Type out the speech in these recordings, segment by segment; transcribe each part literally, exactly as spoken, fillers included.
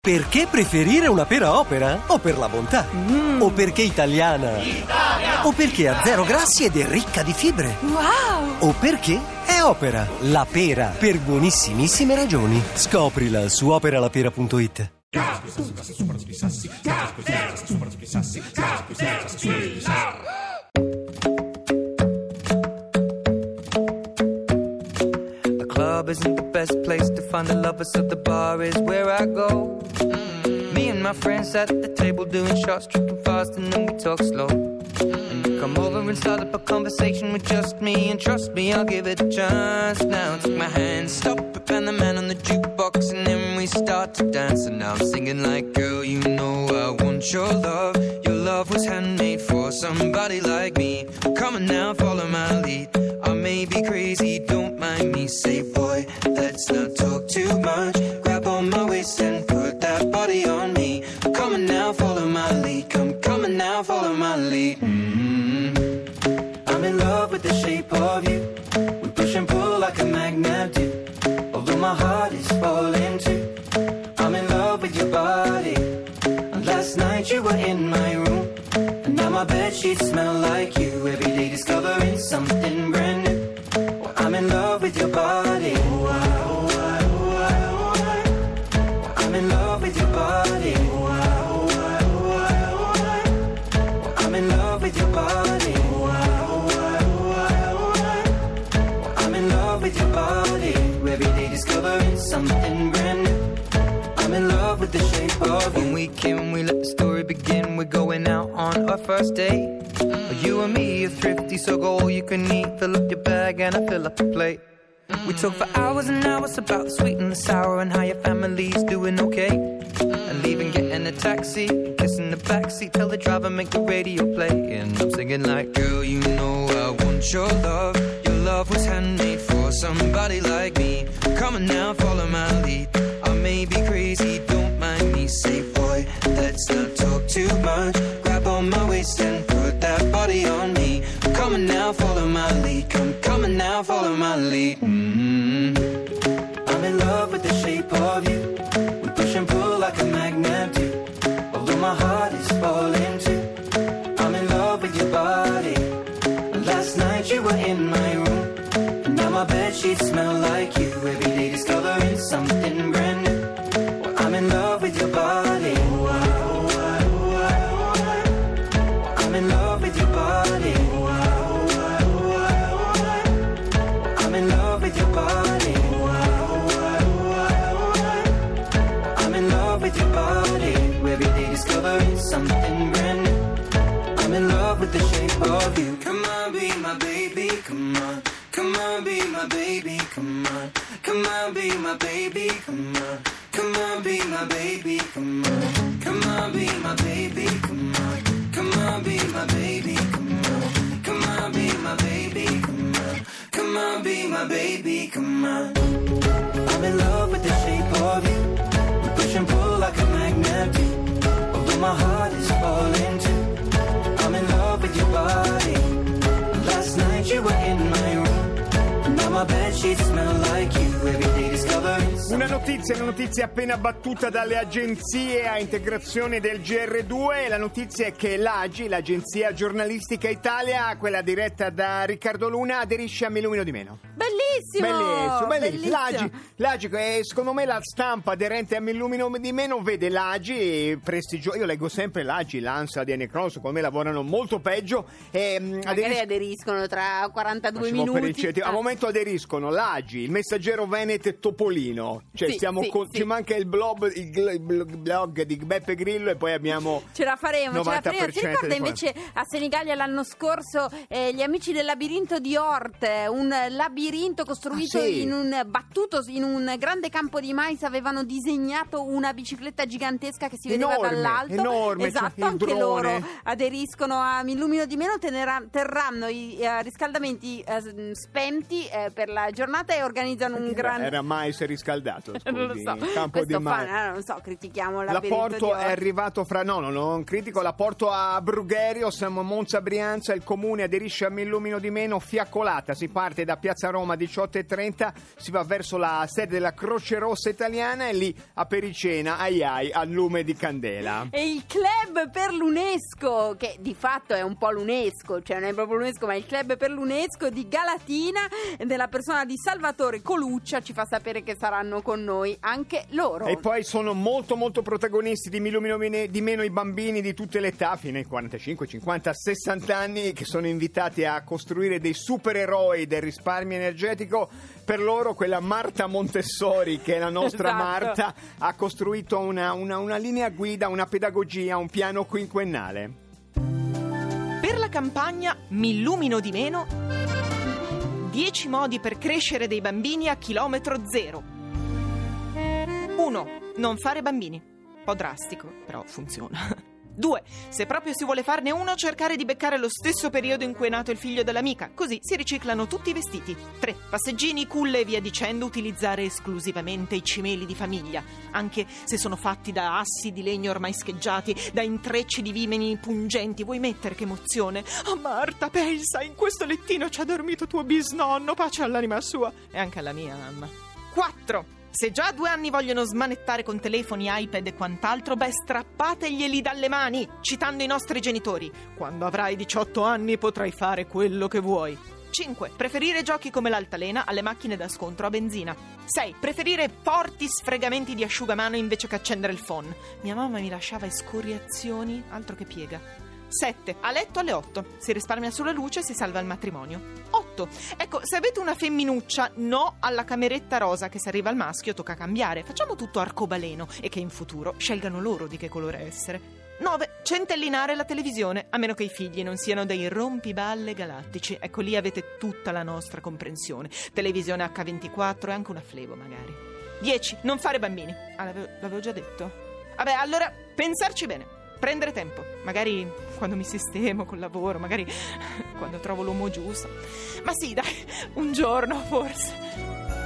Perché preferire una pera Opera? O per la bontà? Mm. O perché italiana? Italia! O perché ha zero grassi ed è ricca di fibre? Wow! O perché è Opera, la pera, per buonissimissime ragioni. Scoprila su opera la pera punto it. Club isn't the best place to find the lovers, so the bar is where I go. Mm-hmm. Me and my friends at the table doing shots, tripping fast, and then we talk slow. Mm-hmm. And you come over and start up a conversation with just me, and trust me, I'll give it a chance. Now take my hand, stop it, and the man on the jukebox, and then we start to dance. And now I'm singing like, girl, you know I want your love. Your love was handmade for somebody like me. Come on now, follow my lead. I may be crazy, don't mind me. Say, boy, let's not talk too much. Grab on my waist and put that body on me. Come on now, follow my lead. Come, come on now, follow my lead. Mm-hmm. I'm in love with the shape of you. We push and pull like a magnet do. Although my heart is falling too. I'm in love with your body. And last night you were in my room. And now my bedsheets smell like you. Every day discovering something brand new. Well, I'm in love with your body. Oh, I, oh, I, oh, I, oh, I. Well, I'm in love with your body. Oh, I, oh, I, oh, I, oh, I. Well, I'm in love with your body. Oh, I, oh, I, oh, I, oh, I. Well, I'm in love with your body. Every day discovering something brand new. I'm in love with the shape of you. When we came, we let the story begin. We're going out on our first date. Mm. You and me are thrifty, so go all you can eat. Fill up your bag and I fill up the plate. Mm. We talk for hours and hours about the sweet and the sour and how your family's doing okay. Mm. And leaving, getting a taxi, kissing the backseat, tell the driver make the radio play. And I'm singing like, girl, you know I want your love. Your love was handmade for somebody like me. Come on now, follow my lead. I may be crazy, don't mind me. Say, boy, let's not talk too much. Grab on my waist and put that body on me. Come on now, follow my lead. Come, come on now, follow my lead. Mm-hmm. I'm in love with the shape of you. We push and pull like a magnet do. Although my heart is falling too. I'm in love with your body. And last night you were in my room. And now my bedsheets smell like you. Every day discovering something brand new. Well, I'm in love with your body. Oh, I, oh, I, oh, I, oh, I. I'm in love with your body. Oh, I, oh, I, oh, I, oh, I. I'm in love with your body. Oh, I, oh, I, oh, I, oh, I. I'm in love with your body. Every day discovering something brand new. I'm in love with the shape of you. Come on, be my baby, come on. Come on, be my baby, come on. Come on, be my baby, come on. Come on, be my baby, come on. Come on, be my baby, come on. Come on, be my baby, come on. Come on, be my baby, come on. Come on, be my baby, come on. I'm in love with the shape of you. We push and pull like a magnet do. Although my heart is falling too. I'm in love with your body. Last night you were in my room. Una notizia, una notizia appena battuta dalle agenzie a integrazione del G R due. La notizia è che l'A G I, l'Agenzia Giornalistica Italia, quella diretta da Riccardo Luna, aderisce a Mi Illumino di Meno. Bellissimo! Bellissimo, bellissimo. L'A G I, Bellissimo. l'A G I è, secondo me, la stampa aderente a Mi Illumino di Meno vede l'A G I prestigio. Io leggo sempre l'A G I, l'ANSA, D N Cross, secondo me lavorano molto peggio. E, Magari aderis- aderiscono tra quarantadue Facciamo per minuti. incentivo. Al momento aderiscono l'A G I, il Messaggero Veneto e Topolino. Cioè Sì, stiamo sì, con- sì. ci manca il blog, il gl- il blog- blog di Beppe Grillo e poi abbiamo Ce la faremo, ce la novanta faremo. per Ti cento ricorda di invece a Senigallia l'anno scorso eh, gli amici del labirinto di Oort, un labirinto costruito Ah, sì. in un battuto in un grande campo di mais, avevano disegnato una bicicletta gigantesca che si vedeva Enorme, dall'alto. enorme, esatto, cioè, il anche drone. loro aderiscono a Mi Illumino di Meno, tenera- terranno i eh, riscaldamenti eh, spenti eh, per la giornata e organizzano un grande era mais riscaldato. dato? Scusi, non lo so, Campo questo di Marte. fan, eh, non so, critichiamo La Porto è arrivato fra no, no, non critico. La Porto a Brugherio, siamo a Monza Brianza, il comune aderisce a Mi Illumino di Meno, fiaccolata. Si parte da Piazza Roma diciotto e trenta, si va verso la sede della Croce Rossa Italiana e lì a Pericena, ai ai, al lume di candela. E il club per l'UNESCO, che di fatto è un po' l'UNESCO, cioè non è proprio l'UNESCO, ma il club per l'UNESCO di Galatina, della persona di Salvatore Coluccia, ci fa sapere che saranno con noi anche loro. E poi sono molto molto protagonisti di Mi Illumino di Meno i bambini di tutte le età, fino ai quarantacinque, cinquanta, sessanta anni, che sono invitati a costruire dei supereroi del risparmio energetico. Per loro quella Marta Montessori, che è la nostra Esatto. Marta, ha costruito una, una, una linea guida, una pedagogia, un piano quinquennale. Per la campagna Mi Illumino di Meno, dieci modi per crescere dei bambini a chilometro zero. uno. Non fare bambini. Un po' drastico, però funziona. due. Se proprio si vuole farne uno, cercare di beccare lo stesso periodo in cui è nato il figlio dell'amica, così si riciclano tutti i vestiti. tre. Passeggini, culle e via dicendo, utilizzare esclusivamente i cimeli di famiglia, anche se sono fatti da assi di legno ormai scheggiati, da intrecci di vimeni pungenti. Vuoi mettere che emozione? Oh Marta, pensa, in questo lettino ci ha dormito tuo bisnonno, pace all'anima sua e anche alla mia mamma. quattro. Se già a due anni vogliono smanettare con telefoni, iPad e quant'altro, beh, strappateglieli dalle mani, citando i nostri genitori. Quando avrai diciotto anni potrai fare quello che vuoi. cinque. Preferire giochi come l'altalena alle macchine da scontro a benzina. sei. Preferire forti sfregamenti di asciugamano invece che accendere il phon. Mia mamma mi lasciava escoriazioni, altro che piega. sette. A letto alle otto. Si risparmia sulla luce e si salva il matrimonio. otto. Ecco, se avete una femminuccia, no alla cameretta rosa, che se arriva al maschio tocca cambiare. Facciamo tutto arcobaleno e che in futuro scelgano loro di che colore essere. nove. Centellinare la televisione, a meno che i figli non siano dei rompiballe galattici. Ecco, lì avete tutta la nostra comprensione. Televisione acca ventiquattro e anche una Flebo magari. dieci. Non fare bambini. Ah, l'avevo, l'avevo già detto? Vabbè, allora, pensarci bene. Prendere tempo, magari quando mi sistemo col lavoro, magari quando trovo l'uomo giusto. Ma sì, dai, un giorno forse.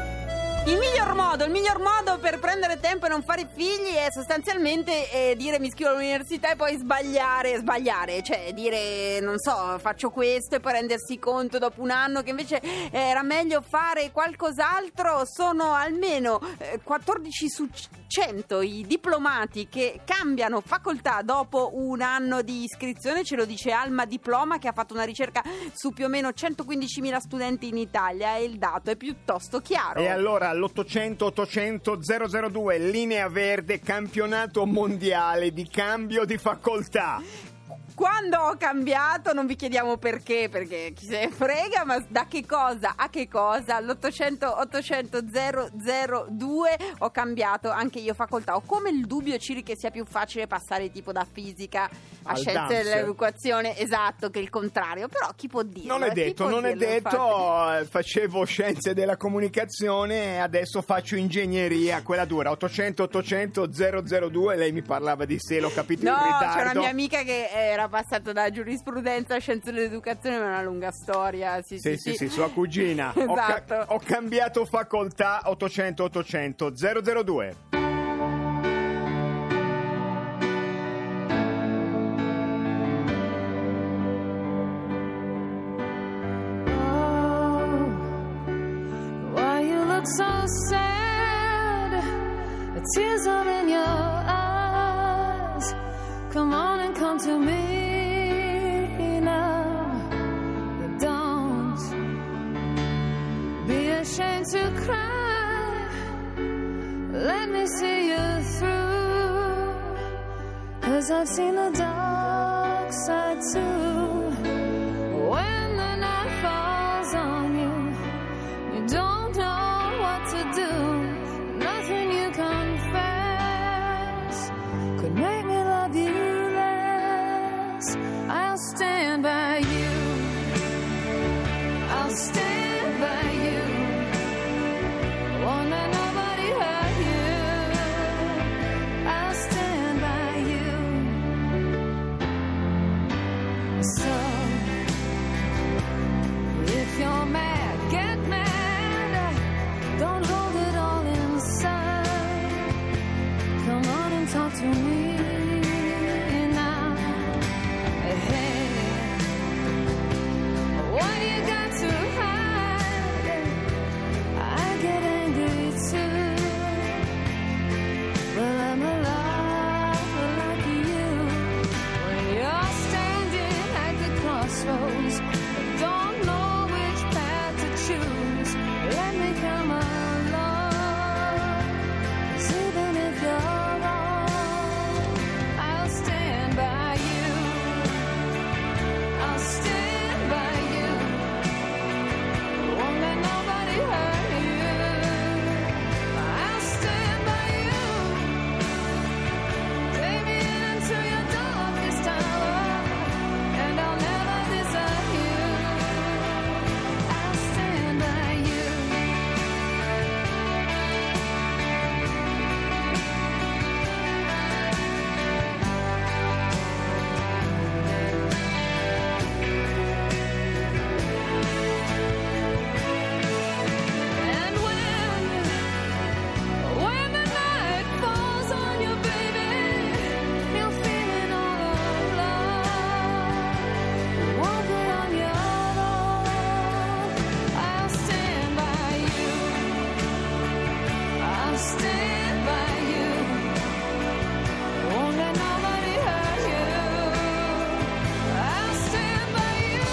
Il miglior modo, il miglior modo per prendere tempo e non fare figli è sostanzialmente eh, dire mi iscrivo all'università e poi sbagliare, sbagliare, cioè dire non so, faccio questo e poi rendersi conto dopo un anno che invece eh, era meglio fare qualcos'altro. Sono almeno eh, quattordici su cento i diplomati che cambiano facoltà dopo un anno di iscrizione, ce lo dice Alma Diploma, che ha fatto una ricerca su più o meno centoquindicimila studenti in Italia, e il dato è piuttosto chiaro. E allora all'ottocento ottocento zero zero due, linea verde, campionato mondiale di cambio di facoltà. Quando ho cambiato, non vi chiediamo perché, perché chi se ne frega, ma da che cosa a che cosa, all'ottocento ottocento zero zero due ho cambiato anche io facoltà. Ho come il dubbio, Ciri, che sia più facile passare tipo da fisica a Al scienze dance. dell'educazione, esatto, che il contrario, però chi può dirlo? Non è Chi detto, può non è dirlo, detto, infatti? eh, facevo scienze della comunicazione e adesso faccio ingegneria, quella dura. Ottocento ottocento zero zero due, lei mi parlava di sé, l'ho capito No, in ritardo. c'è una mia amica che era passato da giurisprudenza a scienze dell'educazione, ma è una lunga storia. Sì, Sì, sì, sì, sì, sì, sua cugina. Ho, ca- Esatto. ho cambiato facoltà. Ottocento ottocento zero zero due. So sad, the tears are in your eyes. Come on and come to me now. Don't be ashamed to cry. Let me see you through, 'cause I've seen the dark side too. When the night falls on you, you don't know to do. Nothing you confess could make me love you less. I'll stand by you. I'll stand by you. Won't let nobody hurt you. I'll stand by you. So to me now. Hey, why you got to hide? I get angry too. Well, I'm alive like you. When you're standing at the crossroads, don't know which path to choose. Let me come along. 'Cause even if you're wrong, I'll stand by you. I'll stand by you. Won't let nobody hurt you. I'll stand by you. Take me into your darkest hour, and I'll never desert you. I'll stand by you. And when, when the night falls on you, baby, you're feeling all alone. Won't be on your own. I'll stand by you. I'll stand by you. Won't let nobody hurt you. I'll stand by you.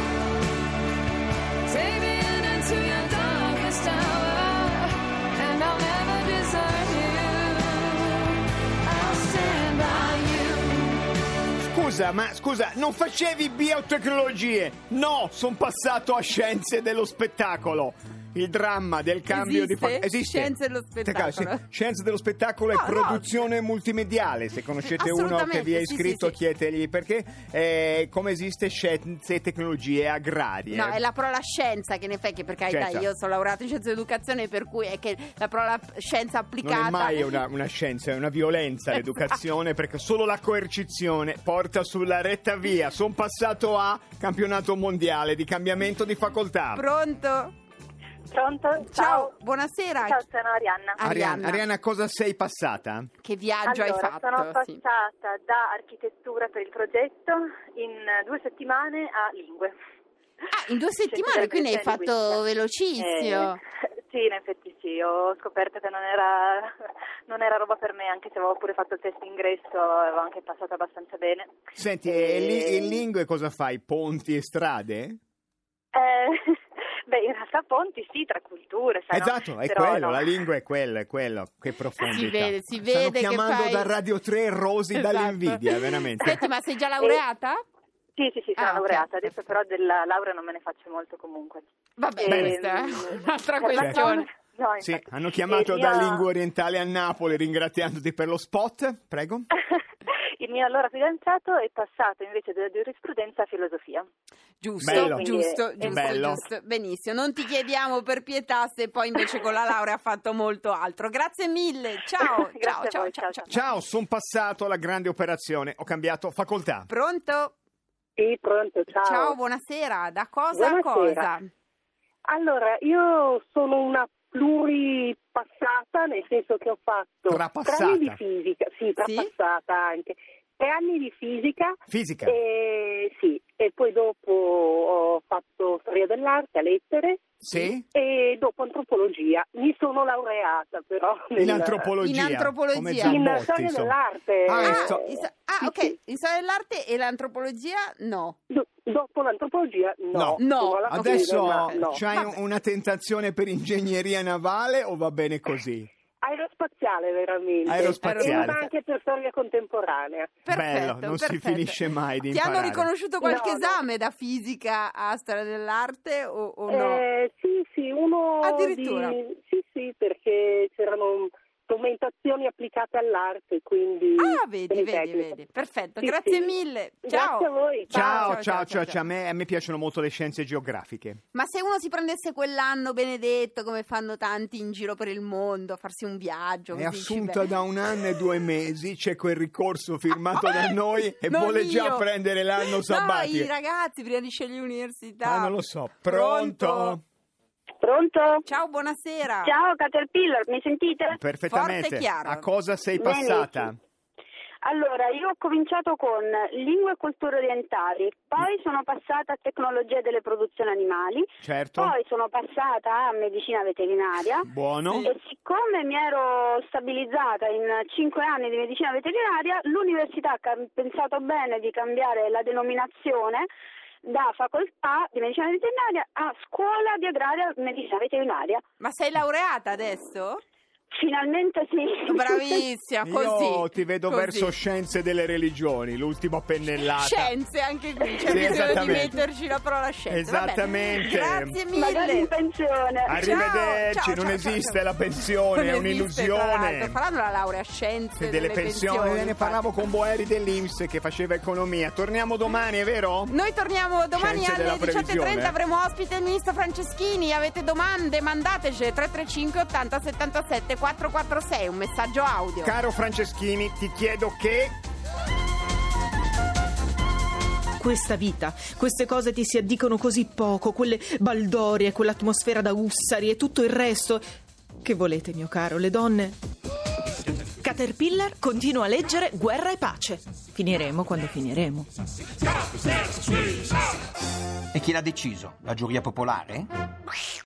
Take me in into your darkest hour, and I'll never desert you. I'll stand by you. Scusa, ma scusa, non facevi biotecnologie? No, sono passato a scienze dello spettacolo. Il dramma del cambio Esiste? di fa- esiste. Scienze dello spettacolo. Sì, scienze dello spettacolo No, e no. produzione multimediale. Se conoscete uno che Assolutamente, vi è sì, iscritto, sì, sì. chiedetegli perché. Eh, come esiste scienze e tecnologie agrarie. No, è la parola scienza che ne fai, che per carità Scienza. io sono laureata in scienze dell'educazione, per cui è che la parola scienza applicata Non è mai una, una scienza, è una violenza l'educazione, perché solo la coercizione porta sulla retta via. Sono passato a campionato mondiale di cambiamento di facoltà. Pronto? Pronto? Ciao, Ciao. buonasera. Ciao, sono Arianna. Arianna. Arianna, Arianna, cosa sei passata? Che viaggio allora, hai fatto? sono Sì. passata da architettura per il progetto in due settimane a lingue. Ah, in due settimane, Scienze quindi hai della fatto linguistica. velocissimo. Eh, sì, in effetti sì, ho scoperto che non era, non era roba per me, anche se avevo pure fatto il test ingresso, avevo anche passato abbastanza bene. Senti, Eh, e lì in lingue cosa fai? Ponti e strade? Eh, beh, in realtà ponti sì, tra culture, sai, no? Esatto, è Però quello, no. la lingua è quello, è quello. Che profondità. Si vede, si Stanno vede che chiamando fai- da Radio tre rosi Esatto. dall'invidia, veramente. Senti, ma sei già laureata? Sì, sì, sì, sono Ah, ok. laureata, adesso però della laurea non me ne faccio molto comunque. Vabbè, Ehm, questa è un'altra per la questione. cosa- No, Sì, infatti. hanno chiamato Il da mio- Lingua Orientale a Napoli ringraziandoti per lo spot, prego. Il mio allora fidanzato è passato invece dalla giurisprudenza a filosofia. Giusto, Bello. giusto, Quindi è- giusto, bello. giusto. Benissimo, non ti chiediamo per pietà se poi invece con la laurea ha fatto molto altro. Grazie mille, ciao, Grazie ciao, a ciao, voi, ciao, ciao, ciao. Ciao, sono passato alla grande operazione, ho cambiato facoltà. Pronto? Sì, pronto, ciao. Ciao, buonasera. Da cosa a Buonasera. cosa? Allora, io sono una pluripassata, nel senso che ho fatto Trapassata. tre anni di fisica, sì, trapassata anche, tre anni di fisica, Fisica. e, sì, e poi dopo ho fatto storia dell'arte a lettere, Sì? e dopo antropologia. Mi sono laureata però In nel- antropologia. In antropologia. Come in Zambotti, storia insomma. dell'arte. Ah, Ah, in sto- in sto- ah, Sì, ok, sì. in storia dell'arte e l'antropologia no. Do- dopo l'antropologia no. No. No. Sono alla Adesso fine, ma no. c'hai Vabbè. una tentazione per ingegneria navale o va bene così? Aerospaziale veramente. Aerospaziale. E anche per storia contemporanea. Perfetto, Bello, non si perfetto. finisce mai di Ti imparare. hanno riconosciuto qualche No, no. esame da fisica a storia dell'arte o, o no? Eh, sì, sì, uno Addirittura? di... Sì, sì, perché c'erano strumentazioni applicate all'arte, quindi... Ah, vedi, delle vedi, tecniche. vedi. Perfetto, Sì, grazie sì. mille. Grazie Ciao. a voi. Ciao, ciao, ciao, ciao, ciao, ciao. A, me, a me piacciono molto le scienze geografiche. Ma se uno si prendesse quell'anno benedetto, come fanno tanti in giro per il mondo, a farsi un viaggio... È così, assunta ci- da un anno e due mesi, c'è quel ricorso firmato da noi e Non vuole già io. prendere l'anno No, i sabbatico. ragazzi prima di scegliere l'università. Ah, non lo so. Pronto? Pronto? Ciao, buonasera. Ciao Caterpillar, mi sentite? Perfettamente. Forte e chiaro. A cosa sei Benissimo. passata? Allora, io ho cominciato con lingue e culture orientali, poi sono passata a tecnologia delle produzioni animali, certo. Poi sono passata a medicina veterinaria. Buono. E siccome mi ero stabilizzata in cinque anni di medicina veterinaria, l'università ha pensato bene di cambiare la denominazione da facoltà di medicina veterinaria a scuola di agraria medicina veterinaria. Ma sei laureata adesso? Finalmente sì. Bravissima, così. Io ti vedo così. verso scienze delle religioni, l'ultima pennellata. Scienze, anche qui c'è Sì, bisogno di metterci la parola scienze. Esattamente. Grazie mille. Magari in pensione. Arrivederci, Ciao, ciao, non ciao, esiste ciao. la pensione, Non è esiste, tra un'illusione. l'altro. Faranno la laurea a scienze Delle delle pensioni, pensioni, ne parlavo con Boeri dell'I N P S che faceva economia. Torniamo domani, è vero? Noi torniamo domani Scienze della alle diciotto e trenta, previsione. avremo ospite il ministro Franceschini. Avete domande? Mandateci tre tre cinque ottanta settantasette quattrocentoquarantasei, un messaggio audio. Caro Franceschini, ti chiedo che... Questa vita, queste cose ti si addicono così poco, quelle baldorie, quell'atmosfera da ussari e tutto il resto. Che volete, mio caro, le donne? Caterpillar continua a leggere Guerra e pace. Finiremo quando finiremo. E chi l'ha deciso? La giuria popolare?